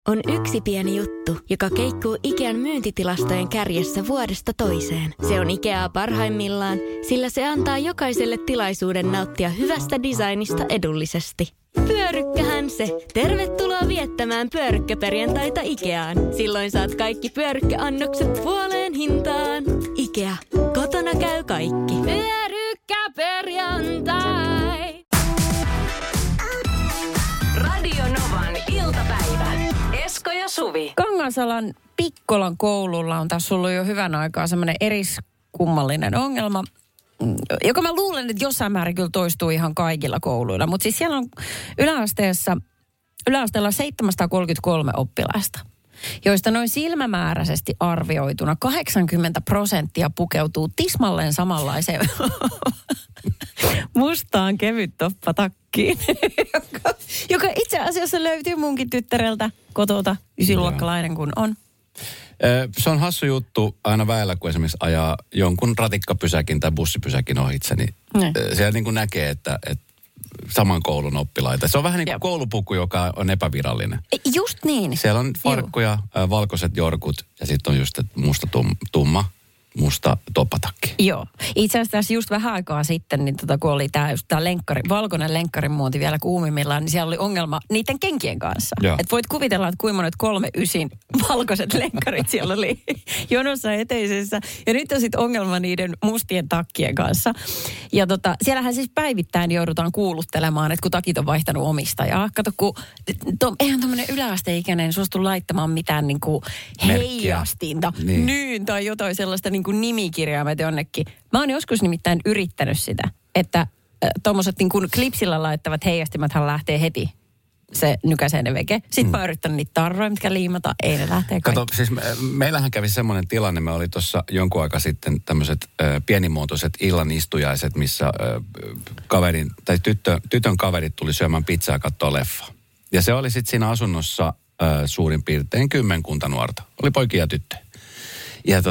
On yksi pieni juttu, joka keikkuu Ikean myyntitilastojen kärjessä vuodesta toiseen. Se on Ikeaa parhaimmillaan, sillä se antaa jokaiselle tilaisuuden nauttia hyvästä designista edullisesti. Pyörykkähän se. Tervetuloa viettämään pyörykkäperjantaita Ikeaan. Silloin saat kaikki pyörykkäannokset puoleen hintaan. Ikea. Kotona käy kaikki. Pyörykkäperjantai. Radio Novan iltapäivä. Esko ja Suvi. Kangasalan Pikkolan koululla on tässä ollut jo hyvän aikaa semmoinen eriskummallinen ongelma, joka mä luulen, että jossain määrin kyllä toistuu ihan kaikilla kouluilla. Mutta siis siellä on yläasteella 733 oppilaista, joista noin silmämääräisesti arvioituna 80% pukeutuu tismalleen samanlaiseen mustaan kevyttoppatakkiin, joka itse asiassa löytyy munkin tyttäreltä kotota, 9-luokkalainen kun on. Se on hassu juttu aina väellä, kun esimerkiksi ajaa jonkun ratikkapysäkin tai bussipysäkin ohitse, niin siellä niin kuin näkee, että saman koulun oppilaita. Se on vähän niin kuin koulupuku, joka on epävirallinen. Just niin. Siellä on farkkuja, valkoiset jorkut ja sitten on just musta toppatakki. Joo. Itse asiassa tässä just vähän aikaa sitten, niin kun oli tämä valkoinen lenkkarin muoti vielä kuumimmillaan, niin siellä oli ongelma niiden kenkien kanssa. Et voit kuvitella, että kuinka monet 39 valkoiset lenkkarit siellä oli jonossa eteisessä. Ja nyt on sitten ongelma niiden mustien takkien kanssa. Ja siellähän siis päivittäin joudutaan kuuluttelemaan, että kun takit on vaihtanut omistajaa. Kato, kun eihän tämmöinen yläasteikäinen suostu laittamaan mitään niinku heijastinta, tai jotain sellaista niin kuin nimikirjaimet jonnekin. Mä oon joskus nimittäin yrittänyt sitä, että tommoset niin kuin klipsillä laittavat heijastimathan lähtee heti se nykäiseen veke. Sitten mä oon yrittänyt niitä tarroja, mitkä liimata, ei ne lähtee kaikki. Kato, siis meillähän kävi semmoinen tilanne, me oli tuossa jonkun aika sitten tämmöiset pienimuotoiset illanistujaiset, missä tytön kaverit tuli syömään pizzaa ja katsoa leffaa. Ja se oli sitten siinä asunnossa suurin piirtein 10 nuorta. Oli poikia ja tyttöjä. Ja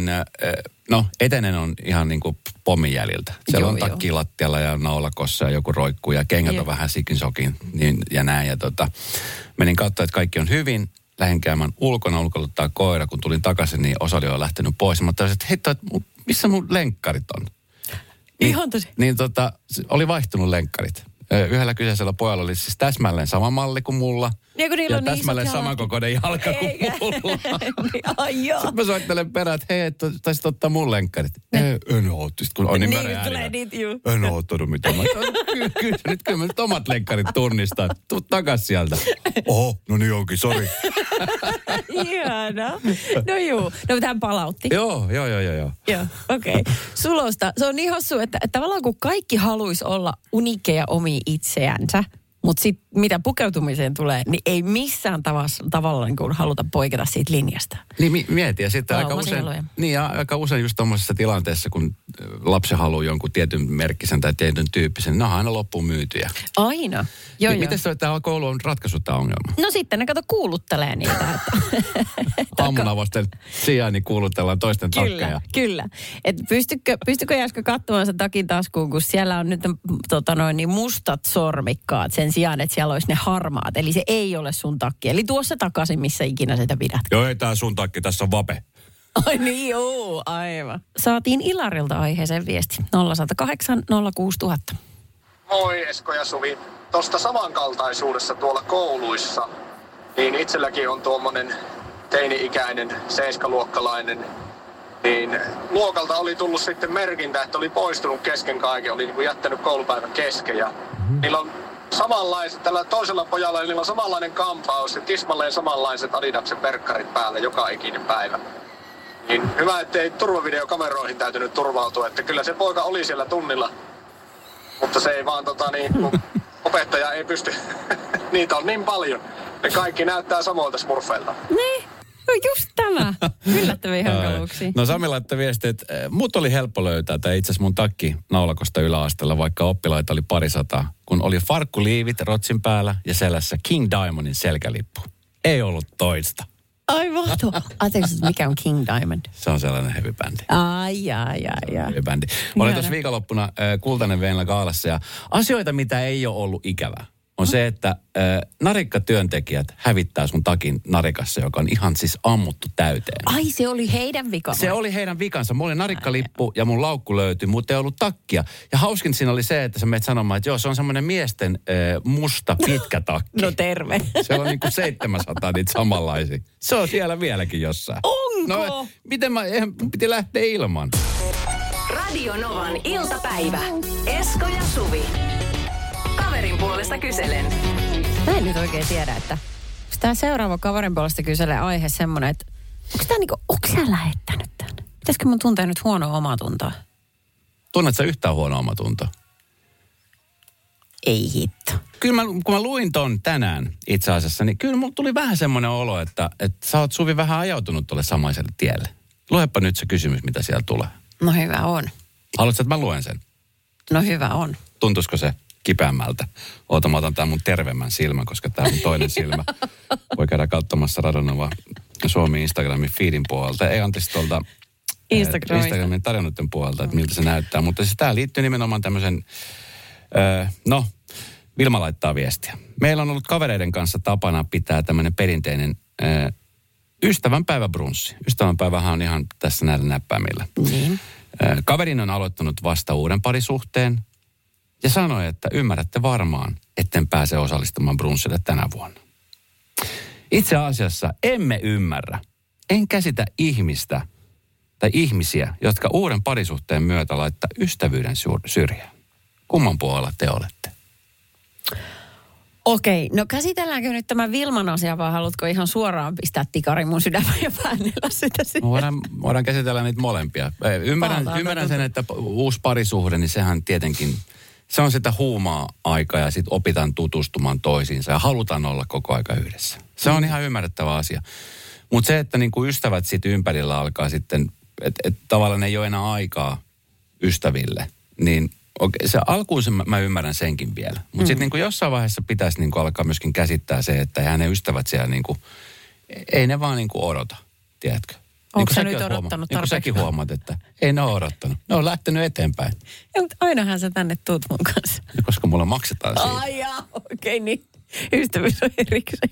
etenen on ihan niin kuin pommin jäljiltä. Siellä on takki lattialla ja naulakossa ja joku roikkuu ja kengät on vähän sikin niin, ja näin. Ja menin katsoa, että kaikki on hyvin. Lähdin käymään ulkoiluttaa koira. Kun tulin takaisin, niin osa oli jo lähtenyt pois. Mä totesin, että hei, missä mun lenkkarit on? Ihan tosi. Oli vaihtunut lenkkarit. Yhdellä kyseisellä pojalla oli siis täsmälleen sama malli kuin mulla. Ja täsmälleen samankokoinen jalka kuin mulla. Sitten mä soittelen perään, että hei, taisit ottaa mun lenkkarit. En oo, kun on niin määrä ääniä. En oo ottanut mitään. Kyllä mä nyt omat lenkkarit tunnistan. Tuu takas sieltä. Oho, no niin onkin, sori. Ihana. No juu, no tähän palautti. Joo. Joo, okei. Sulosta. Se on niin hassu, että tavallaan kun kaikki haluaisi olla unikeja omia itseänsä, mutta sitten mitä pukeutumiseen tulee, niin ei missään tavalla niin kuin haluta poiketa siitä linjasta. Niin mieti, ja sitten aika usein just tuommoisessa tilanteessa, kun lapsi haluaa jonkun tietyn merkkisen tai tietyn tyyppisen, niin ne on aina loppuun myytyjä. Aina. Joo. Miten tämä koulu on ratkaissut tämä ongelma? No sitten ne kuuluttelee niitä. Aamuna vasta sijaan kuulutellaan toisten takkeja. Kyllä. Et pystykö Jaska katsomaan sen takin taskuun, kun siellä on nyt mustat sormikkaat sen sijaan, että siellä olisi ne harmaat. Eli se ei ole sun takki. Eli tuossa takaisin, missä ikinä sitä pidät. Joo, ei tää sun takki, tässä on vape. Ai niin, joo, aivan. Saatiin Ilarilta aiheeseen viesti. 0108 06000. Moi Esko ja Suvi. Tuosta samankaltaisuudessa tuolla kouluissa, niin itselläkin on tuommoinen teini-ikäinen 7-luokkalainen, niin luokalta oli tullut sitten merkintä, että oli poistunut kesken kaiken, oli niin kuin jättänyt koulupäivän kesken ja niillä on samanlaiset, tällä toisella pojalla niillä on samanlainen kampaus ja tismalleen samanlaiset Adidaksen verkkarit päällä joka ikinen päivä. Niin hyvä, ettei turvavideokameroihin täytynyt turvautua, että kyllä se poika oli siellä tunnilla, mutta se ei vaan kun opettaja ei pysty, niitä on niin paljon. Ne kaikki näyttää samoilta smurfeilta. Niin, no just tämä. Yllättäviä hankaluuksia. No Sami laittoi viesti, että mut oli helppo löytää, tai itse asiassa mun takki naulakosta yläasteella, vaikka oppilaita oli 200, kun oli farkkuliivit rotsin päällä ja selässä King Diamondin selkälippu. Ei ollut toista. Ai mahtavaa. Ajatteliko, mikä on King Diamond? Se on sellainen heavy-bändi. Ai. Heavy-bändi. Mä olin tuossa viikonloppuna Kultainen Veinillä Gaalassa ja asioita, mitä ei ole ollut ikävää. on se, että narikkatyöntekijät hävittää sun takin narikassa, joka on ihan siis ammuttu täyteen. Ai, se oli heidän vikansa. Se oli heidän vikansa. Mulla oli narikkalippu ja mun laukku löytyi, mutta ei ollut takkia. Ja hauskin siinä oli se, että sä menet sanomaan, että joo, se on semmoinen miesten musta pitkä takki. No terve. Se on niinku 700 niitä samanlaisia. Se on siellä vieläkin jossain. Onko? No, miten piti lähteä ilman? Radio Novan iltapäivä. Esko ja Suvi. Kaverin puolesta kyselen. Mä en nyt oikein tiedä, että onko tämä seuraava kaverin puolesta kysele aihe semmoinen, että onko sä lähettänyt tämän? Pitäisikö mun tuntea nyt huonoa omatuntoa? Tunnetko sä yhtään huonoa omatuntoa? Ei hitto. Kyllä kun mä luin ton tänään itse asiassa, niin kyllä mulla tuli vähän semmoinen olo, että sä oot Suvi vähän ajautunut tuolle samaiselle tielle. Luepa nyt se kysymys, mitä siellä tulee. No hyvä on. Haluatko, että mä luen sen? No hyvä on. Tuntuisiko se kipeämmältä? Oota, mä otan tämän mun terveemmän silmän, koska tämä on toinen silmä. Voi käydä katsomassa Radio Nova Suomi Instagramin feedin puolelta. Ei anteeksi tuolta Instagramin tarjonnutten puolelta, että miltä se näyttää. Mutta siis tämä liittyy nimenomaan tämmöisen, Vilma laittaa viestiä. Meillä on ollut kavereiden kanssa tapana pitää tämmöinen perinteinen ystävänpäiväbrunssi. Ystävänpäivähän on ihan tässä näillä näppäimillä. Niin. Kaverin on aloittanut vasta uuden parisuhteen ja sanoi, että ymmärrätte varmaan, etten pääse osallistumaan brunssille tänä vuonna. Itse asiassa emme ymmärrä. En käsitä ihmistä tai ihmisiä, jotka uuden parisuhteen myötä laittaa ystävyyden syrjään. Kumman puolella te olette? Okei, no käsitelläänkö nyt tämä Vilman asia vai haluatko ihan suoraan pistää tikari mun sydämen ja väännellä sitä siihen? Voidaan käsitellä niitä molempia. Ymmärrän sen, että uusi parisuhde, niin sehän tietenkin, se on sitä huumaa aikaa ja sitten opitaan tutustumaan toisiinsa ja halutaan olla koko aika yhdessä. Se on ihan ymmärrettävä asia. Mutta se, että niinku ystävät sitten ympärillä alkaa sitten, että tavallaan ei ole enää aikaa ystäville, niin okei, se alkuun mä ymmärrän senkin vielä. Mutta sitten niinku jossain vaiheessa pitäisi niinku alkaa myöskin käsittää se, että eihän ne ystävät siellä niinku, ei ne vaan niinku odota, tiedätkö? Onko sä nyt odottanut tarpeeksi? Niin kuin säkin huomaat, että ei ne ole odottanut. Ne on lähtenyt eteenpäin. Ja, mutta ainahan sä tänne tuut mun kanssa. Ja koska mulla maksetaan siitä. Ai jaa, okei niin. Ystävyys on erikseen.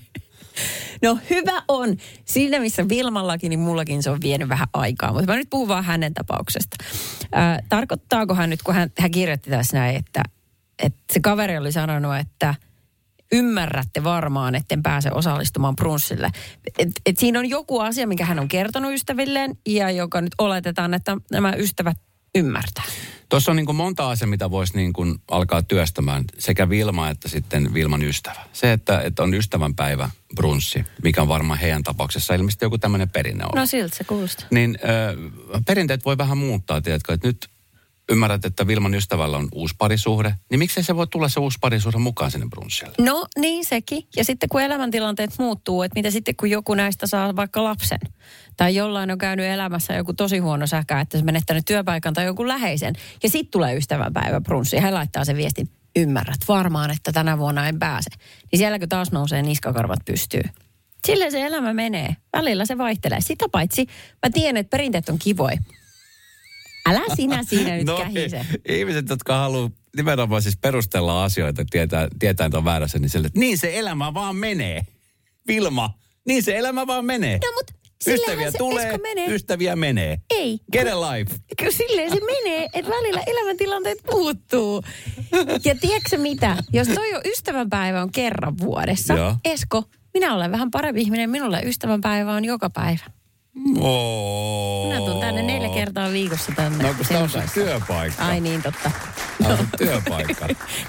No hyvä on. Siinä missä Vilmallakin, niin mullakin se on vienyt vähän aikaa. Mutta mä nyt puhun vaan hänen tapauksesta. Tarkoittaako hän nyt, kun hän kirjoitti tässä näin, että se kaveri oli sanonut, että ymmärrätte varmaan, etten pääse osallistumaan brunssille. Et siinä on joku asia, minkä hän on kertonut ystävilleen ja joka nyt oletetaan, että nämä ystävät ymmärtää. Tuossa on niin kuin monta asiaa, mitä voisi niin kuin alkaa työstämään, sekä Vilma että sitten Vilman ystävä. Se, että on ystävänpäivä brunssi, mikä on varmaan heidän tapauksessa ilmeisesti joku tämmöinen perinne on. No siltä se kuulostaa. Niin perinteet voi vähän muuttaa, tiedätkö, että nyt ymmärrät, että Vilman ystävällä on uusi parisuhde, niin miksei se voi tulla se uusi parisuhde mukaan sinne brunssille? No niin sekin. Ja sitten kun elämäntilanteet muuttuu, että mitä sitten kun joku näistä saa vaikka lapsen, tai jollain on käynyt elämässä joku tosi huono säkä, että se menettänyt työpaikan tai joku läheisen, ja sitten tulee ystävänpäivä brunssi, ja hän laittaa sen viestin, ymmärrät varmaan, että tänä vuonna en pääse. Niin sielläkö taas nousee niskakarvat pystyyn. Silleen se elämä menee. Välillä se vaihtelee. Sitä paitsi mä tiedän, että perinteet on kivoja. Älä sinä siinä nyt kähise. Ihmiset, jotka haluaa nimenomaan siis perustella asioita, tietää että on väärässä, niin sille, että niin se elämä vaan menee. Vilma, niin se elämä vaan menee. No, mutta ystäviä se, tulee, ystäviä menee. Ei. Get a life. Kyllä silleen se menee, että välillä elämäntilanteet puuttuu. Ja tiedätkö mitä? Jos toi on ystävänpäivä on kerran vuodessa, joo. Esko, minä olen vähän parempi ihminen, minulle ystävänpäivä on joka päivä. Minä tulen tänne 4 kertaa viikossa tänne. No kun tämä on se työpaikka. Ai niin, totta. Tämä on työpaikka.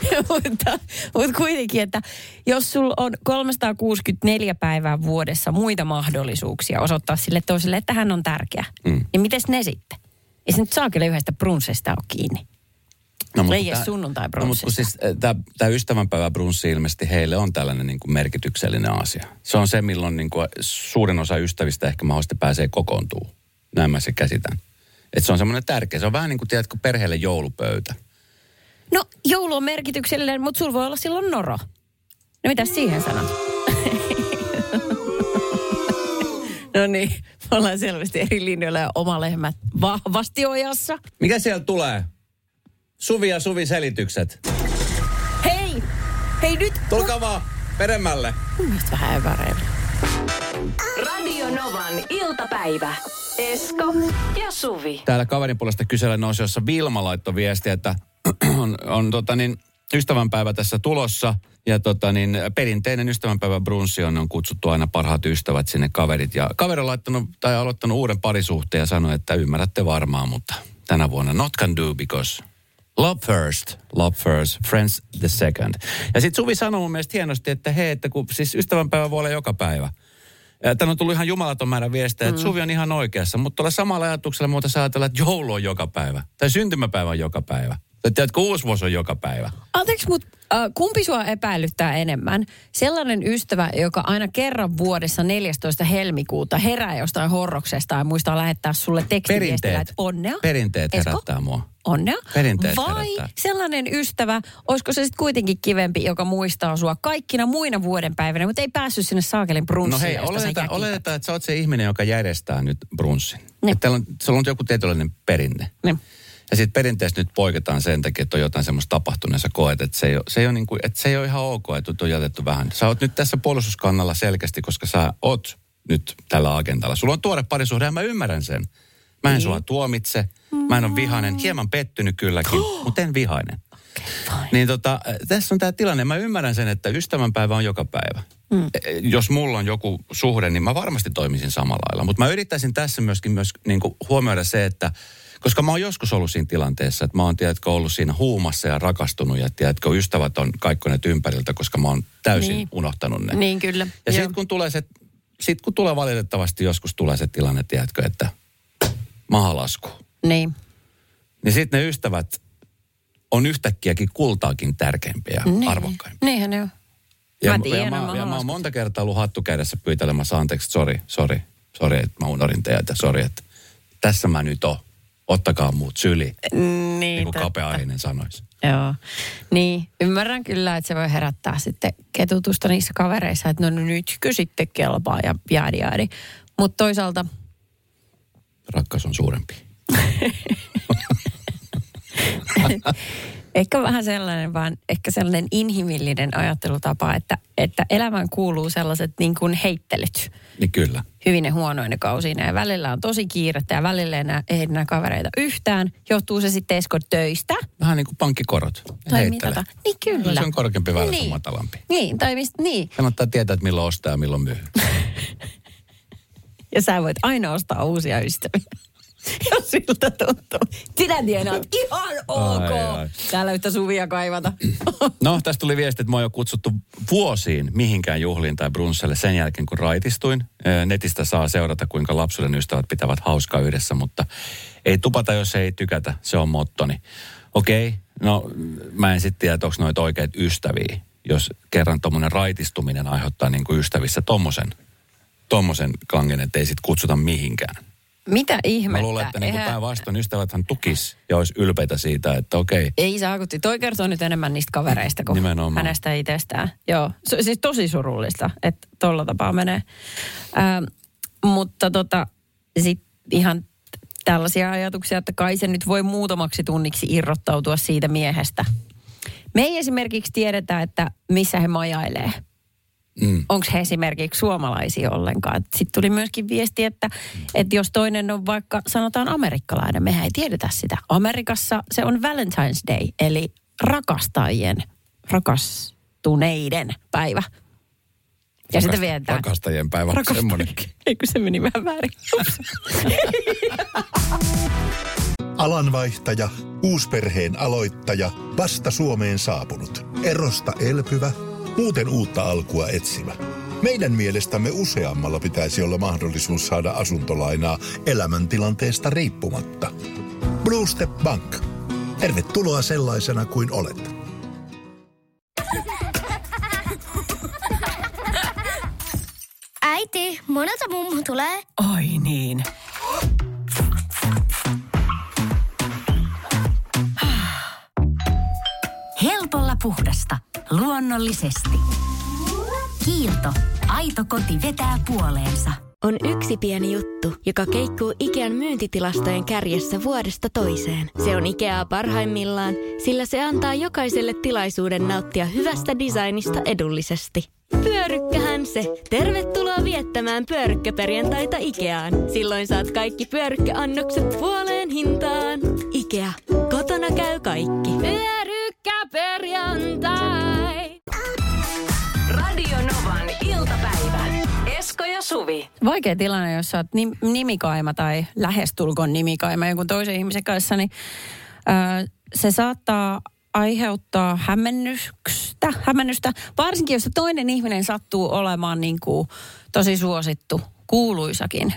mutta kuitenkin, että jos sulla on 364 päivää vuodessa muita mahdollisuuksia osoittaa sille toiselle, että hän on tärkeä, niin mites ne sitten? Ei se nyt saakeli yhdestä brunssista ole kiinni. No, ei edes sunnuntai-brunssista. No, mutta siis tämä ystävänpäivä-brunssi ilmeisesti heille on tällainen niin kuin merkityksellinen asia. Se on se, milloin niin kuin suurin osa ystävistä ehkä mahdollisesti pääsee kokoontumaan. Näin mä se käsitän. Että se on semmoinen tärkeä. Se on vähän niin kuin, tiedätkö, perheelle joulupöytä. No, joulu on merkityksellinen, mutta sulla voi olla silloin noro. No, mitäs siihen sanot? No niin, me ollaan selvästi eri linjoilla ja oma lehmät vahvasti ojassa. Mikä siellä tulee? Suvi ja Suvi selitykset. Hei! Hei nyt! Tulkaa vaan peremmälle. Mun mielestä vähän epäreilu. Radio Novan iltapäivä. Esko ja Suvi. Täällä kaverin puolesta kyselen osiossa Vilma laittoi viestiä, että on ystävänpäivä tässä tulossa. Ja perinteinen ystävänpäivä brunssi on kutsuttu aina parhaat ystävät sinne kaverit. Ja kaveri on aloittanut uuden parisuhteen ja sanoi, että ymmärrätte varmaan, mutta tänä vuonna not can do because love first, friends the second. Ja sitten Suvi sanoi mun mielestä hienosti, että hei, että kun siis ystävänpäivä voi olla joka päivä. Tänne on tullut ihan jumalaton määrä viestejä, että Suvi on ihan oikeassa. Mutta tuolla samalla ajatuksella muuta saa ajatella, että joulu on joka päivä. Tai syntymäpäivä on joka päivä. Tai tiedätkö, uusi vuosi on joka päivä. Anteeksi, mutta kumpi sua epäilyttää enemmän? Sellainen ystävä, joka aina kerran vuodessa 14. helmikuuta herää jostain horroksesta ja muistaa lähettää sulle tekstiviestillä, että onnea. Perinteet herättää mua. Onnea. Perinteet vai herättää. Sellainen ystävä, olisiko se sitten kuitenkin kivempi, joka muistaa sua kaikkina muina vuodenpäivinä, mutta ei päässyt sinne saakelin brunssiin. No hei, oletetaan, että sä oot se ihminen, joka järjestää nyt brunssin. Niin. Että sulla on joku tietynlainen perinne. Niin. Ja sitten perinteessä nyt poiketaan sen takia, että on jotain semmoista tapahtunut, sä koet, että se ei ole ihan ok, että on jätetty vähän. Sä oot nyt tässä puolustuskannalla selkeästi, koska sä oot nyt tällä agendalla. Sulla on tuore parisuhde ja mä ymmärrän sen. Mä en sua tuomitse, mä en ole vihainen, hieman pettynyt kylläkin, mutta en vihainen. Okay, niin tässä on tämä tilanne. Mä ymmärrän sen, että ystävänpäivä on joka päivä. Jos mulla on joku suhde, niin mä varmasti toimisin samalla lailla. Mutta mä yrittäisin tässä myös niin kuin huomioida se, että koska mä oon joskus ollut siinä tilanteessa, että mä oon, tiedätkö, ollut siinä huumassa ja rakastunut ja tiedätkö, ystävät on kaikkoneet ympäriltä, koska mä oon täysin unohtanut ne. Niin, kyllä. Ja sitten kun tulee valitettavasti joskus tulee se tilanne, tiedätkö, että mahalasku. Niin sitten ne ystävät on yhtäkkiäkin kultaakin tärkeämpiä ja arvokkaimpia. Niinhän ne on. Mä oon monta kertaa ollut hattu kädessä pyytelemässä anteeksi, sori, että mä unohdin teitä, sori, että tässä mä nyt oon. Ottakaa muut syliin, niin kuin kapea-ainen sanoisi. Joo, niin ymmärrän kyllä, että se voi herättää sitten ketutusta niissä kavereissa, että no nytkö sitten kelpaa ja jäädi. Mutta toisaalta rakkaus on suurempi. Ehkä vähän sellainen, vaan ehkä sellainen inhimillinen ajattelutapa, että elämään kuuluu sellaiset niin kuin heittelyt. Niin kyllä. Hyvine huonoine kausina ja välillä on tosi kiirettä ja välillä ei enää kavereita yhtään. Johtuu se sitten Eskon töistä. Vähän niin kuin pankkikorot. Tai mitä? Niin kyllä. Se on korkeampi väylä, se on matalampi. Niin, tai niin. Kannattaa tietää, että milloin ostaa ja milloin myy. Ja sä voit aina ostaa uusia ystäviä. Jos siltä tuntuu. Sinä tienaat ihan ok. Ai. Täällä yhtä Suvia kaivata. No, tästä tuli viesti, että mä oon jo kutsuttu vuosiin mihinkään juhliin tai brunsselle sen jälkeen, kun raitistuin. Netistä saa seurata, kuinka lapsuuden ystävät pitävät hauskaa yhdessä, mutta ei tupata, jos ei tykätä. Se on mottoni. Okei, no mä en sitten tiedä, että onko noita oikeat ystäviä, jos kerran tommonen raitistuminen aiheuttaa niin kuin ystävissä tommosen kangen, että ei sit kutsuta mihinkään. Mitä ihmettä? Mä luulen, että niin päinvastoin ystäväthän tukis ja olisi ylpeitä siitä, että okei. Ei saakutti. Toi kertoo nyt enemmän niistä kavereista kuin hänestä itsestään. Joo, siis tosi surullista, että tolla tapaa menee. Mutta sit ihan tällaisia ajatuksia, että kai se nyt voi muutamaksi tunniksi irrottautua siitä miehestä. Me ei esimerkiksi tiedetä, että missä he majailee. Onko he esimerkiksi suomalaisia ollenkaan? Sitten tuli myöskin viesti, että jos toinen on vaikka sanotaan amerikkalainen, mehän ei tiedetä sitä. Amerikassa se on Valentine's Day, eli rakastuneiden päivä. Ja sitten vietään. Rakastajien päivä, semmoinenkin. Eikö se meni vähän väärin? Alanvaihtaja, uusperheen aloittaja, vasta Suomeen saapunut, erosta elpyvä, muuten uutta alkua etsimä. Meidän mielestämme useammalla pitäisi olla mahdollisuus saada asuntolainaa elämäntilanteesta riippumatta. Blue Step Bank. Tervetuloa sellaisena kuin olet. Äiti, monelta mummu tulee? Oi niin. Helpolla puhdasta. Luonnollisesti. Kiilto. Aito koti vetää puoleensa. on yksi pieni juttu, joka keikkuu Ikean myyntitilastojen kärjessä vuodesta toiseen. Se on Ikeaa parhaimmillaan, sillä se antaa jokaiselle tilaisuuden nauttia hyvästä designista edullisesti. Pyörykkähän se! Tervetuloa viettämään pyörykkäperjantaita Ikeaan. Silloin saat kaikki pyörykkäannokset puoleen hintaan. Ikea. Kotona käy kaikki. Pyörykkäperjantai! Radio Novan iltapäivä. Esko ja Suvi. Vaikea tilanne, jos sä oot nimikaima tai lähestulkoon nimikaima jonkun toisen ihmisen kanssa, niin se saattaa aiheuttaa hämmennystä, varsinkin jos toinen ihminen sattuu olemaan niin kuin tosi suosittu, kuuluisakin.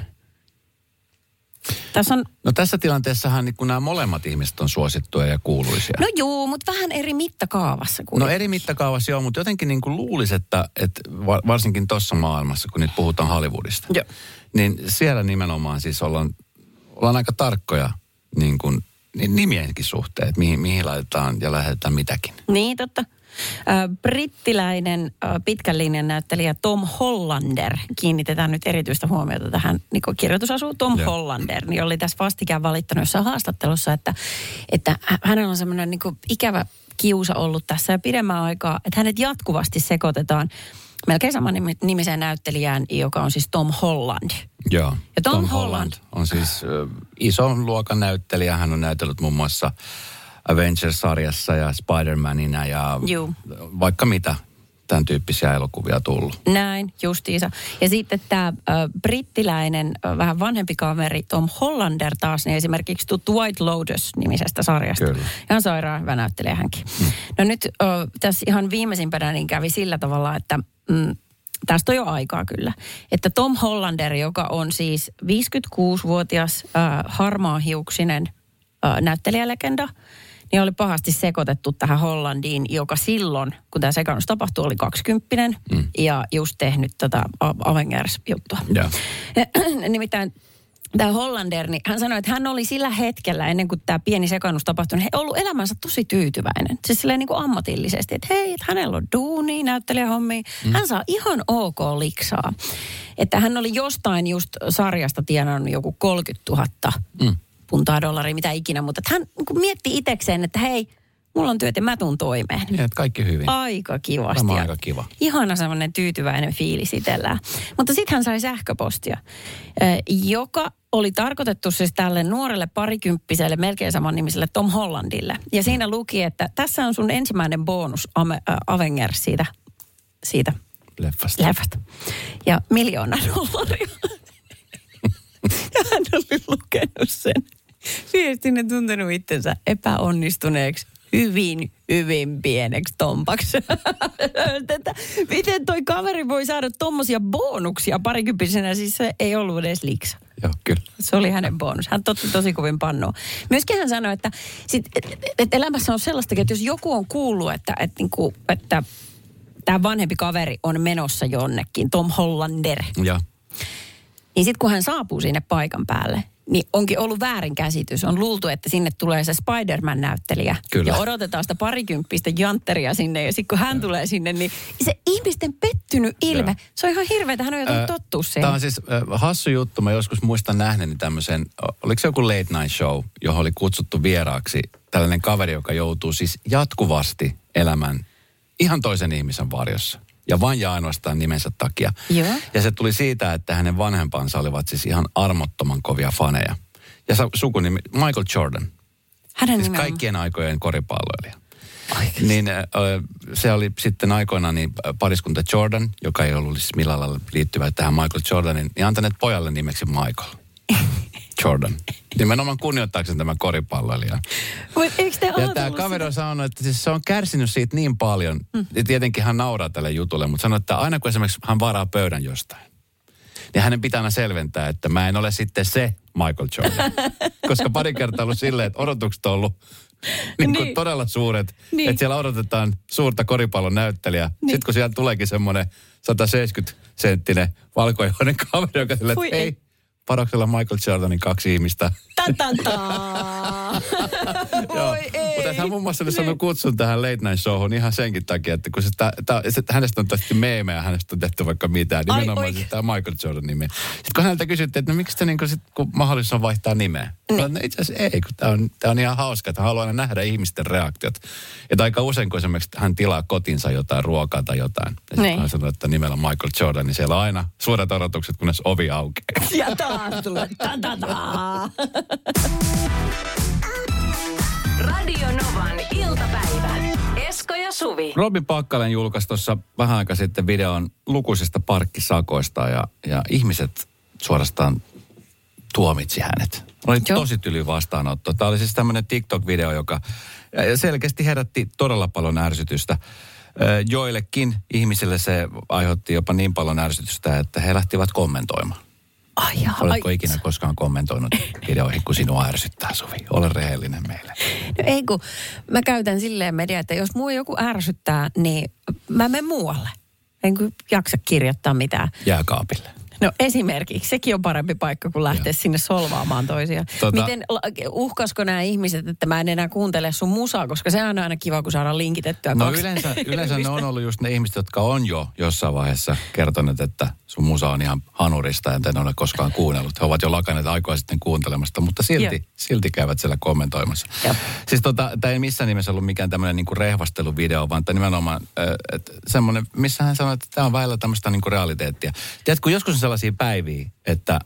Tässä tilanteessahan niin kun nämä molemmat ihmiset on suosittuja ja kuuluisia. No juu, mutta vähän eri mittakaavassa. No eri mittakaavassa joo, mutta jotenkin niin kuin luulisi, että varsinkin tuossa maailmassa, kun nyt puhutaan Hollywoodista, joo, niin siellä nimenomaan siis ollaan aika tarkkoja niin kuin nimienkin suhteen, että mihin laitetaan ja lähetetään mitäkin. Niin, totta. Brittiläinen pitkän linjan näyttelijä Tom Hollander, kiinnitetään nyt erityistä huomiota tähän, niin kun kirjoitusasuu Tom Hollander, niin oli tässä vastikään valittanut jossain haastattelussa, että hänellä on semmoinen niin kuin ikävä kiusa ollut tässä ja pidemmän aikaa, että hänet jatkuvasti sekoitetaan melkein saman nimiseen näyttelijään, joka on siis Tom Holland. Joo, ja Tom Holland on siis ison luokan näyttelijä. Hän on näytellyt muun muassa Avengers-sarjassa ja Spider-Manina ja vaikka mitä tämän tyyppisiä elokuvia tullut. Näin, justiinsa. Ja sitten tämä brittiläinen, vähän vanhempi kaveri Tom Hollander taas, niin esimerkiksi tuttu White Lotus-nimisestä sarjasta. Kyllä. Ihan sairaan hyvä näyttelijä hänkin. No nyt tässä ihan viimeisimpänä niin kävi sillä tavalla, että tästä on jo aikaa kyllä, että Tom Hollander, joka on siis 56-vuotias harmaahiuksinen näyttelijälegenda, niin oli pahasti sekoitettu tähän Hollandiin, joka silloin, kun tämä sekannus tapahtui, oli 20 ja just tehnyt tätä Avengers-juttua. Yeah. Nimittäin tämä Hollander, niin hän sanoi, että hän oli sillä hetkellä, ennen kuin tämä pieni sekannus tapahtui, niin hän ollut elämänsä tosi tyytyväinen. Siis silleen niin kuin ammatillisesti, että hei, että hänellä on duunia, näyttelijähommia. Hän saa ihan ok liksaa. Että hän oli jostain just sarjasta tienannut joku 30 000 puntaa, dollaria, mitä ikinä, mutta hän mietti itsekseen, että hei, mulla on työt ja mä tuun toimeen. Niin, että kaikki hyvin. Aika kivasti. Tämä on aika kiva. Ihana semmoinen tyytyväinen fiilis itsellään. Mutta sitten hän sai sähköpostia, joka oli tarkoitettu siis tälle nuorelle parikymppiselle, melkein saman nimiselle Tom Hollandille. Ja siinä luki, että tässä on sun ensimmäinen bonus Avengers siitä leffasta. Ja $1 miljoonaa. Ja hän oli lukenut sen viestin ja tuntenut itsensä epäonnistuneeksi hyvin pieneksi tompaksi. Miten toi kaveri voi saada tommosia bonuksia parikymppisenä, siis se ei ollut edes liksa. Joo, kyllä. Se oli hänen bonus. Hän totti tosi kovin pannoa. Myöskin hän sanoi, että elämässä on sellaistakin, että jos joku on kuullut, että tämä vanhempi kaveri on menossa jonnekin, Tom Hollander. Ja. Niin sitten kun hän saapuu sinne paikan päälle, niin onkin ollut väärinkäsitys. On luultu, että sinne tulee se Spider-Man-näyttelijä. Kyllä. Ja odotetaan sitä parikymppistä jantteria sinne. Ja sitten kun hän tulee sinne, niin se ihmisten pettynyt ilme. Joo. Se on ihan hirveätä, hän on joutunut tottua siihen. Tämä on siis hassu juttu. Mä joskus muistan nähneeni tämmöisen, oliko se joku late night show, johon oli kutsuttu vieraaksi tällainen kaveri, joka joutuu siis jatkuvasti elämään ihan toisen ihmisen varjossa. Ja vain ja ainoastaan nimensä takia. Joo. Ja se tuli siitä, että hänen vanhempansa olivat siis ihan armottoman kovia faneja. Ja sukunimi Michael Jordan. Hänen siis nimenomaan. kaikkien aikojen koripalloilija. Niin se oli sitten aikoinaan niin pariskunta Jordan, joka ei ollut siis millään lailla liittyvä tähän Michael Jordanin, niin antaneet pojalle nimeksi Michael Jordan. Nimenomaan kunnioittaakseni tämän koripalloilijan. Ja tämä kaveri on sanonut, että siis se on kärsinyt siitä niin paljon. Ja tietenkin hän nauraa tälle jutulle, mutta sanoo, että aina kun esimerkiksi hän varaa pöydän jostain, niin hänen pitää aina selventää, että mä en ole sitten se Michael Jordan. Koska pari kertaa ollut silleen, että odotukset on ollut niin. Todella suuret. Niin. Että siellä odotetaan suurta koripallon näyttelijää. Niin. Sitten kun siellä tuleekin semmoinen 170-senttinen valkoihoinen kaveri, joka sille, että hei, paroksella Michael Jordanin 2 ihmistä. Voi ei. että hän muun muassa oli sanonut kutsun tähän Late Night Showhun ihan senkin takia, että kun hänestä on tehty meemejä, hänestä on tehty vaikka mitään, nimenomaan tämä Michael Jordan nimi. Sitten kun häneltä kysyttiin, että no miksi te niin kuin sit, kun mahdollisuus on vaihtaa nimeä? No itse asiassa ei, kun tämä on ihan hauska, että haluaa aina nähdä ihmisten reaktiot. Että aika usein, kun esimerkiksi hän tilaa kotinsa jotain ruokaa tai jotain, ja sitten hän sanoo, että nimellä Michael Jordan, niin siellä on aina suuret odotukset, kunnes ovi aukeaa. Ja taas tulee. Radio Novan iltapäivä. Esko ja Suvi. Robin Pakkalen julkaisi tuossa vähän aika sitten videon lukuisista parkkisakoista ja ihmiset suorastaan tuomitsi hänet. Oli tosi tyly vastaanotto. Tämä oli siis tämmöinen TikTok-video, joka selkeästi herätti todella paljon ärsytystä. Joillekin ihmisille se aiheutti jopa niin paljon ärsytystä, että he lähtivät kommentoimaan. Oletko ikinä koskaan kommentoinut videoihin, kun sinua ärsyttää, Suvi? Ole rehellinen meille. No ei, kun mä käytän silleen mediaa, että jos mua joku ärsyttää, niin mä menen muualle. En kun jaksa kirjoittaa mitään. Jääkaapille. No esimerkiksi, sekin on parempi paikka, kuin lähteä sinne solvaamaan toisia. Miten uhkasko nämä ihmiset, että mä en enää kuuntele sun musaa, koska se on aina kiva, kun saadaan linkitettyä. No yleensä ne on ollut just ne ihmiset, jotka on jo jossain vaiheessa kertoneet, että sun musa on ihan hanurista, en ole koskaan kuunnellut. He ovat jo lakaneet aikaa sitten kuuntelemasta, mutta silti käyvät siellä kommentoimassa. Siis tämä ei missään nimessä ollut mikään tämmöinen niinku rehvasteluvideo, vaan nimenomaan semmoinen, missä hän sanoi, että tämä on väillä tämmöistä niinku realiteettia. Tiedätkö, joskus on sellaisia päiviä, että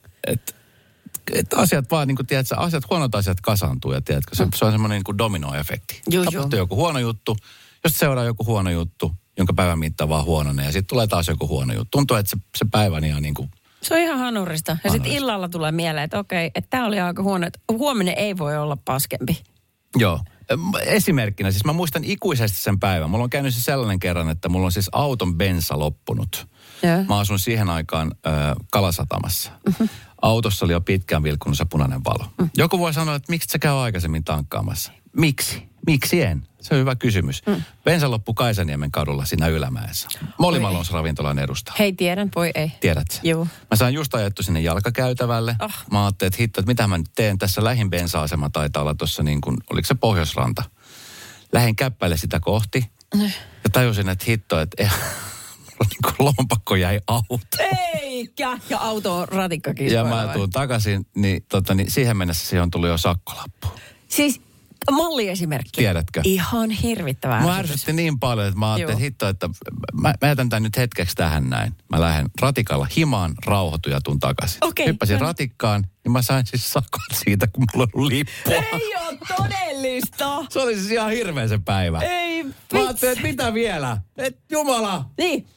asiat vaan, niin kuin tiedätkö, huonot asiat kasaantuu ja tiedätkö, se on semmoinen niin kuin dominoefekti. Tapahtuu joku huono juttu, jos seuraa joku huono juttu, jonka päivän mittaan vaan huononee ja sitten tulee taas joku huono juttu. Tuntuu, että se päivä niin on niin kuin... Se on ihan hanurista. Ja sitten illalla tulee mieleen, että okei, että tämä oli aika huono, että huominen ei voi olla paskempi. Joo. Esimerkkinä, siis mä muistan ikuisesti sen päivän. Mulla on käynyt se sellainen kerran, että mulla on siis auton bensa loppunut. Mä asun siihen aikaan Kalasatamassa. Autossa oli jo pitkään vilkkunut se punainen valo. Joku voi sanoa, että miksi sä käy aikaisemmin tankkaamassa? Miksi? Miksi en? Se on hyvä kysymys. Bensa loppui Kaisaniemen kadulla siinä Ylämäessä. Mollimalons ravintolan edustaa. Hei, tiedän, voi ei. Tiedätkö? Joo. Mä sain just ajettu sinne jalkakäytävälle. Mä ajattelin, että hitto, että mitä mä nyt teen. Tässä lähin bensa-asema taitaa olla tuossa niin kuin, oliko se Pohjoisranta? Lähin käppäille sitä kohti. Ja tajusin, että hitto, että niin kuin lompakko jäi auto. Eikä! Ja auto on ratikkakin. Ja mä tuun takaisin, niin siihen mennessä siihen on tullut jo sakkolappu. Siis malliesimerkki. Tiedätkö? Ihan hirvittävää. Mä ärsytti niin paljon, että mä ajattelin, että hitto, että mä jätän tämän nyt hetkeksi tähän näin. Mä lähden ratikalla himaan, rauhoitun ja tuun takaisin. Hyppäsin ratikkaan, niin mä sain siis sakon siitä, kun mulla on lippua. Ei ole todellista! Se oli siis ihan hirveä se päivä. Ei, mä ajattelin, että mitä vielä? Et jumala! Niin.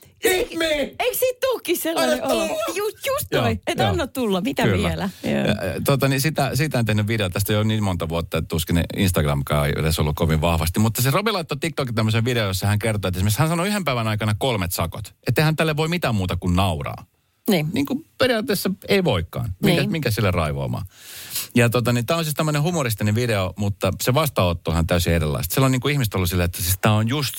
Eikö siitä tulekin sellainen olo? Just toi, että anna tulla, mitä kyllä. Vielä? Niin sitä en tehnyt video, tästä jo niin monta vuotta, että tuskin Instagramkaan ei edes ollut kovin vahvasti. Mutta se Robi laittoi TikTokin tämmöisen video, jossa hän kertoi, että esimerkiksi hän sanoi yhden päivän aikana 3 sakot. Että hän tälle voi mitään muuta kuin nauraa. Niin kuin periaatteessa ei voikaan. Minkä sille raivoamaan. Ja tämä on siis tämmöinen humoristinen video, mutta se vastaanotto on täysin erilaista. Siellä on niin kuin ihmiset ollut silleen, että siis tämä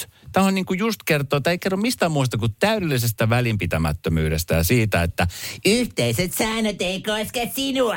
on niin kuin just kertoo, tai ei kerro mistään muusta kuin täydellisestä välinpitämättömyydestä ja siitä, että yhteiset säännöt ei koske sinua.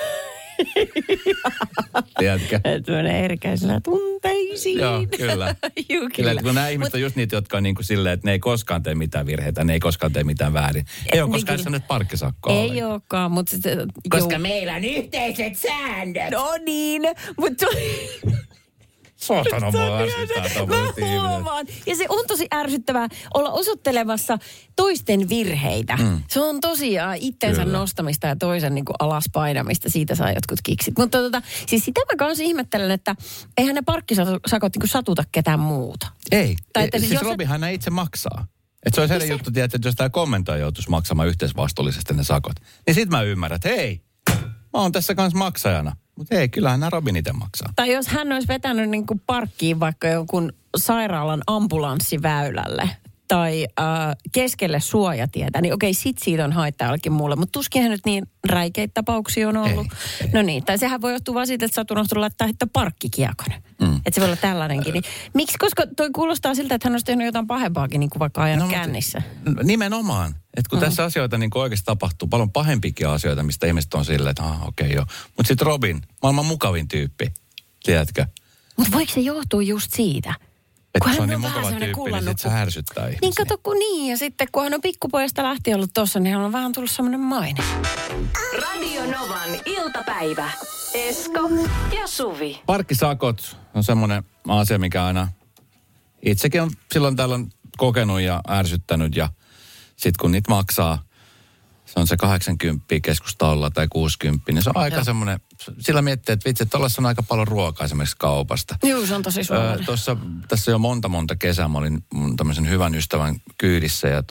Tiedätkö? Että menee herkäisellä tunteisiin. Joo, kyllä. Kyllä, kun nämä ihmiset on just niitä, jotka on niin kuin silleen, että ne ei koskaan tee mitään virheitä, ne ei koskaan tee mitään väärin. Ei ole koskaan sanonut parkkisakkoa. Ei olekaan, mutta... Koska meillä on yhteiset säännöt. No niin, mutta... Saatana mua ärsyttää tommoinen huomaan. Ja se on tosi ärsyttävää olla osoittelemassa toisten virheitä. Se on tosiaan itsensä nostamista ja toisen niin kuin alas painamista. Siitä saa jotkut kiksit. Mutta siis sitä mä kanssa ihmettelen, että eihän ne parkkisakot niin kuin satuta ketään muuta. Ei. Tai että siis Robihan ne itse maksaa. Että se on sellainen juttu, että jos tämä kommentoija joutuisi maksamaan yhteisvastuullisesti ne sakot, niin sit mä ymmärrän, että hei, mä oon tässä kanssa maksajana. Mutta ei, kyllähän nämä Robin itse maksaa. Tai jos hän olisi vetänyt niin kuin parkkiin vaikka jonkun sairaalan ambulanssiväylälle tai keskelle suojatietä, niin okei, sit siitä on haittaa jollekin muulle. Mutta tuskinhan nyt niin räikeitä tapauksia on ollut. Ei. No niin, tai sehän voi johtua vaan siitä, että sä oot unohtunut laittaa parkkikiekon. Että se voi olla tällainenkin. Niin, miksi? Koska toi kuulostaa siltä, että hän olisi tehnyt jotain pahempaakin, niin kuin vaikka ajanut kännissä. Nimenomaan. Että kun tässä asioita niin oikeasti tapahtuu, paljon pahempikin asioita, mistä ihmiset on silleen, että okei joo. Mutta sitten Robin, maailman mukavin tyyppi, tiedätkö? Mutta voiko se johtua just siitä? Että se on niin mukava tyyppi, niin sit se härsyttää ihmisiä. Niin kato, kun niin. Ja sitten kun hän on pikkupojasta lähtien ollut tossa, niin hän on vähän tullut semmoinen maine. Radio Novan iltapäivä. Esko ja Suvi. Parkkisakot on semmoinen asia, mikä aina itsekin on silloin tällöin kokenut ja ärsyttänyt. Ja sitten kun niitä maksaa, se on se 80 keskustaululla tai 60, niin se on aika semmoinen, sillä miettii, että vitsi, että tuollaisessa on aika paljon ruokaa esimerkiksi kaupasta. Joo, se on tosi suomalainen. Tässä jo monta kesää mä olin mun tämmöisen hyvän ystävän kyydissä ja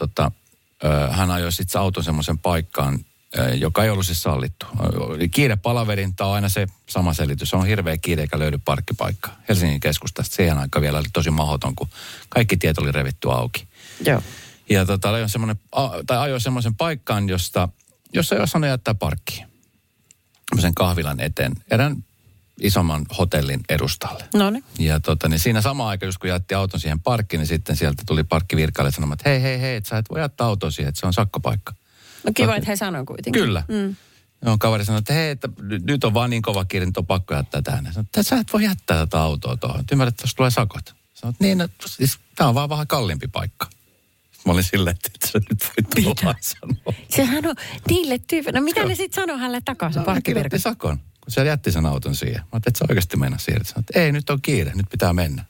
hän ajoi sitten auton semmoisen paikkaan, joka ei ollut siis sallittu. Kiirepalaverin, tämä on aina se sama selitys. Se on hirveä kiire eikä löydy parkkipaikkaa. Helsingin keskustasta siihen aikaan vielä oli tosi mahdoton, kun kaikki tiet oli revitty auki. Joo. Ja ajoi semmoisen paikkaan, jossa ei osannut jättää parkkiin. Semmoisen kahvilan eteen. Erään isomman hotellin edustalle. Noniin. Ja niin siinä samaan aikaan, just kun jätti auton siihen parkkiin, niin sitten sieltä tuli parkkivirkailija sanomaan, että hei, että sä et voi jättää autoa siihen, että se on sakkopaikka. No kiva, että he sanoi kuitenkin. Kyllä. No, kaveri sanoi, että hei, että nyt on vaan niin kova kiire, nyt on pakko jättää tähän. Sanoin, että sä et voi jättää tätä autoa tuohon. Ymmärrät, että tuossa tulee sakot. Sanoin, että niin, siis tämä on vaan vähän kalliimpi paikka. Mä olin silleen, että sä nyt voi tulla sanoa. Sehän on niille tyypille. No mitä ne sitten sanoo hänelle takaisin parkkivirkaan? Kirjoitti sakon, kun se jätti sen auton siihen. Mä ajattelin, että sä oikeasti mennä siihen. Sanoin, että ei, nyt on kiire, nyt pitää mennä.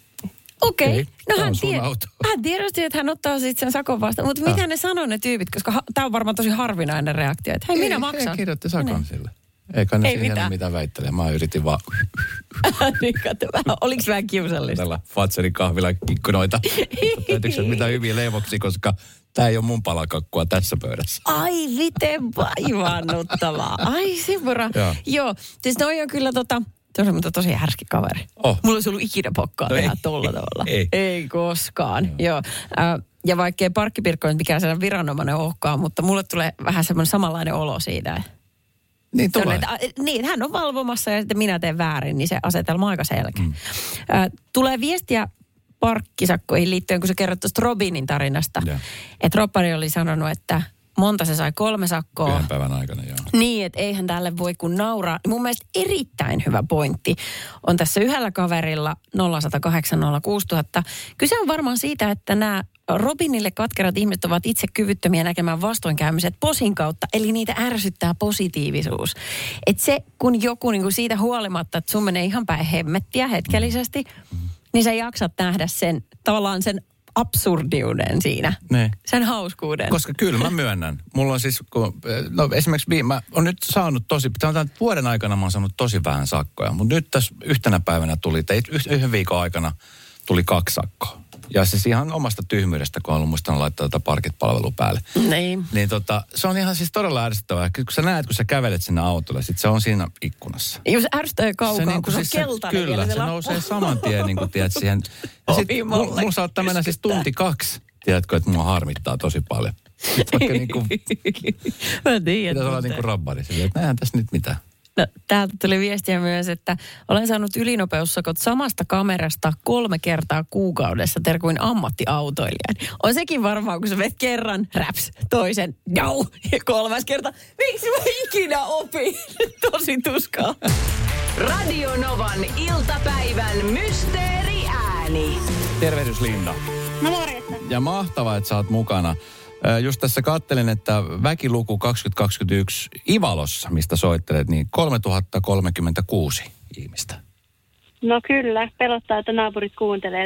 Okei. No hän tiedosti, että hän ottaa sitten sen sakon vastaan. Mutta mitä ne sanoo ne tyypit? Koska tämä on varmaan tosi harvinainen reaktio. Että hei, minä maksan. Ei kirjoitti sakon sille. Eikä ne siihen mitään väittelee. Mä yritin vaan... Niin katso vähän. Oliko vähän kiusallista? Tällä Fatserin kahvilan ikkunoita. Täytyykö mitään hyviä leivoksia, koska tää ei ole mun palakakkua tässä pöydässä. Ai, miten vaivannuttavaa. Ai, Sipura. Joo. Siis noi on kyllä tosi härski kaveri. Mulla olisi ollut ikinä pokkaa tehdä tolla tavalla. Ei koskaan. Joo. Ja vaikkei parkkipirkko nyt mikään sellainen viranomainen ohkaa, mutta mulle tulee vähän semmoinen samanlainen olo siitä. Niin tulee. Niin, hän on valvomassa ja sitten minä teen väärin, niin se asetelma on aika selkeä. Tulee viestiä parkkisakkoihin liittyen, kun sä kerrot tuosta Robinin tarinasta. Että roppari oli sanonut, että monta se sai 3 sakkoa. 1 päivän aikana, joo. Niin, että eihän tälle voi kun nauraa. Mun mielestä erittäin hyvä pointti on tässä yhdellä kaverilla 0108 06000. Kyse on varmaan siitä, että nämä Robinille katkerat ihmiset ovat itse kyvyttömiä näkemään vastoinkäymiset posin kautta, eli niitä ärsyttää positiivisuus. Että se, kun joku niin kuin siitä huolimatta, että sun menee ihan päin hemmettiä hetkellisesti, niin sä jaksat nähdä sen, tavallaan sen absurdiuden siinä. Ne. Sen hauskuuden. Koska kyllä mä myönnän. Mulla on siis, esimerkiksi mä oon nyt saanut sanotaan, että vuoden aikana mä oon saanut tosi vähän sakkoja. Mutta nyt tässä yhtenä päivänä yhden viikon aikana tuli 2 sakkoa. Ja siis ihan omasta tyhmyydestä, kun olen muistanut laittaa tätä parkit-palvelua päälle. Niin. Niin se on ihan siis todella ärsyttävää. Kun sä näet, kun sä kävelet sinne autolle, sit se on siinä ikkunassa. Jos ärsyttää kaukaa, niin kun siis se on keltainen. Kyllä, se nousee saman tien, niin kuin tiedät siihen. Ja sit mulla saattaa mennä siis 1 tai 2. Tiedätkö, että mua harmittaa tosi paljon. Vaikka niin kuin... Mä tiedän. Pitäisi olla niin kuin rabbari. Että näinhän tässä nyt mitään. No, täältä tuli viestiä myös, että olen saanut ylinopeussakot samasta kamerasta 3 kertaa kuukaudessa terkuin ammattiautoilijan. On sekin varmaan, kun sä vet kerran, raps, toisen, no, ja 3. kerta. Miksi mä ikinä opin? Tosi tuskaa. Radio Novan iltapäivän mysteeriääni. Tervehdys Linda. No morjesta. Ja mahtavaa, että sä oot mukana. Just tässä kattelin, että väkiluku 2021 Ivalossa, mistä soittelet, niin 3036 ihmistä. No kyllä, pelottaa, että naapurit kuuntelee.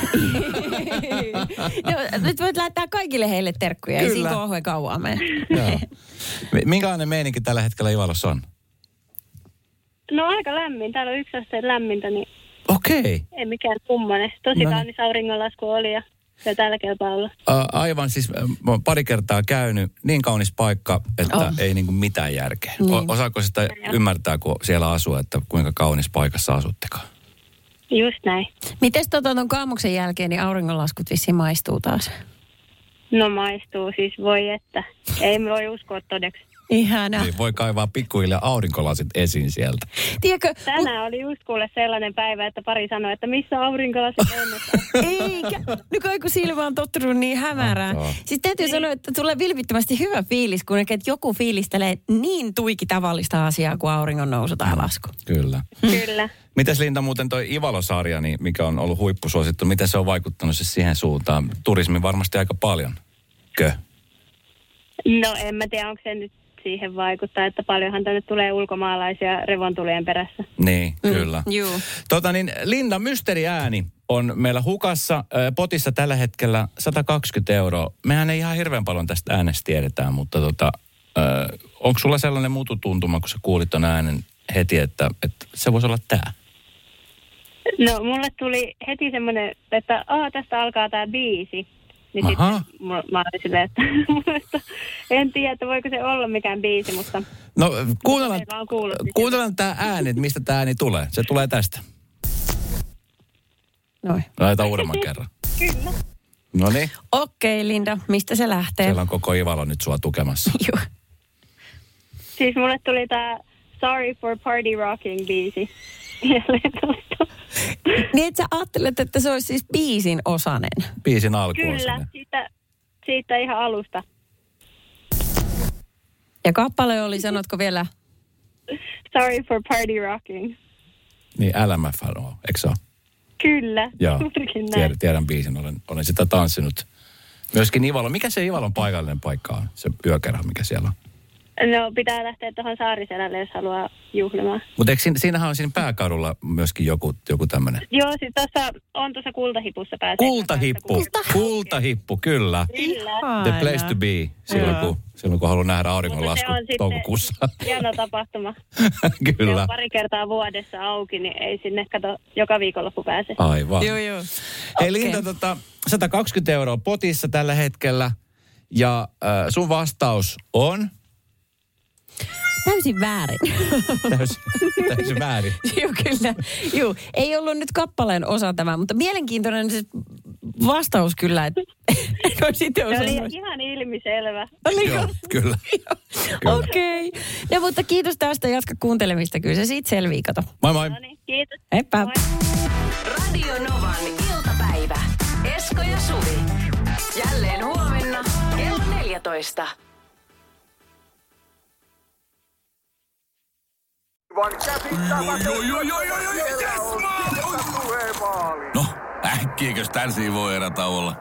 No, nyt voit lähettää kaikille heille terkkuja, ei siinä kauhean kauan mene. Minkälainen meininki tällä hetkellä Ivalossa on? No aika lämmin, täällä on 1 asteen lämmintä, niin okei. Ei mikään kummonen. Tosi kaunis auringonlasku oli ja täällä kelpaa olla. Aivan, siis mä oon pari kertaa käynyt, niin kaunis paikka, että ei niinku mitään järkeä. Niin. Osaako sitä ymmärtää, kun siellä asuu, että kuinka kaunis paikassa asuttekaan? Just näin. Mites ton kaamuksen jälkeen, niin auringonlaskut vissiin maistuu taas? No maistuu, siis voi että. Ei me voi uskoa todeksi. Ihana. Niin voi kaivaa pikkuhiljaa aurinkolasit esiin sieltä. Tiedätkö, Tänään oli just kuule sellainen päivä, että pari sanoi, että missä aurinkolasit on. eikä. Nyt kun silmä on tottunut niin hämärään. Siis täytyy sanoa, että tulee vilpittömästi hyvä fiilis, kun joku fiilistelee niin tuiki tavallista asiaa kuin auringon nousu tai lasku. Kyllä. Kyllä. Mites Linda muuten toi Ivalo-sarja, niin mikä on ollut huippusuosittu, miten se on vaikuttanut siis siihen suuntaan? Turismi varmasti aika paljon. No en mä tiedä, onko se nyt siihen vaikuttaa, että paljonhan tänne tulee ulkomaalaisia revontulien perässä. Niin, kyllä. Juu. Linda, mysteeriääni on meillä hukassa potissa tällä hetkellä 120 €. Mehän ei ihan hirveän paljon tästä äänestä tiedetään, mutta onko sulla sellainen mututuntuma, kun sä kuulit ton äänen heti, että se voisi olla tää? No mulle tuli heti semmoinen, että tästä alkaa tää biisi. Niin sitten mä olin silleen, että en tiedä, että voiko se olla mikään biisi, mutta... No kuunnellaan tää ääni, että mistä tää ääni tulee. Se tulee tästä. Noin. Laitetaan uudemman kerran. Kyllä. Noniin. Okei, Linda, mistä se lähtee? Siellä on koko Ivalo nyt sua tukemassa. Joo. Siis mulle tuli tää Sorry for Party Rocking biisi. Niin et sä ajattelet, että se olisi siis biisin osanen? Biisin alkuosanen. Kyllä, siitä ihan alusta. Ja kappale oli, sanotko vielä? Sorry for Party Rocking. Niin LMF on, eikö se ole? Kyllä. Joo, tiedän biisin, olen sitä tanssinut. Myöskin Ivalo. Mikä se Ivalon paikallinen paikka on? Se yökerho, mikä siellä on? No pitää lähteä tuohon Saariselälle, jos haluaa juhlimaan. Mutta siinähän on siinä pääkadulla myöskin joku tämmöinen? Joo, siis tuossa Kultahipussa pääsee. Kultahippu, kyllä. The place to be, silloin kun haluaa nähdä auringonlasku toukokuussa. Mutta se on hieno tapahtuma. Kyllä. Se on pari kertaa vuodessa auki, niin ei sinne joka viikonloppu pääse. Aivan. Joo. Hei Linda, 120 € potissa tällä hetkellä ja sun vastaus on? Täysin väärin. Täysin väärin. Joo, kyllä. Joo, ei ollut nyt kappaleen osa tämä, mutta mielenkiintoinen se vastaus kyllä, että se oli ihan ilmiselvä. Joo, kyllä. Okei. No, mutta kiitos tästä, jatka kuuntelemista. Kyllä se siitä selvii, kato. Moi moi. No niin, kiitos. Heippa. Moi. Radio Novan iltapäivä. Esko ja Suvi. Jälleen huomenna kello 14. No, äkkiäkös tän voi erätä olla?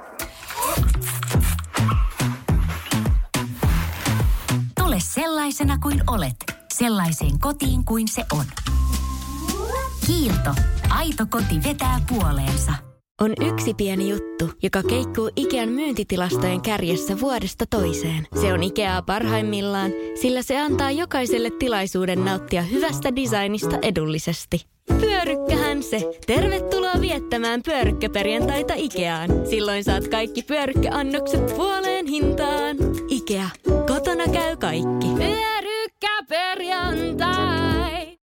Tule sellaisena kuin olet, sellaiseen kotiin kuin se on. Kiilto. Aito koti vetää puoleensa. On yksi pieni juttu, joka keikkuu Ikean myyntitilastojen kärjessä vuodesta toiseen. Se on Ikeaa parhaimmillaan, sillä se antaa jokaiselle tilaisuuden nauttia hyvästä designista edullisesti. Pyörykkähän se! Tervetuloa viettämään pyörykkäperjantaita Ikeaan. Silloin saat kaikki pyörykkäannokset puoleen hintaan. Ikea. Kotona käy kaikki. Pyörykkäperjantai!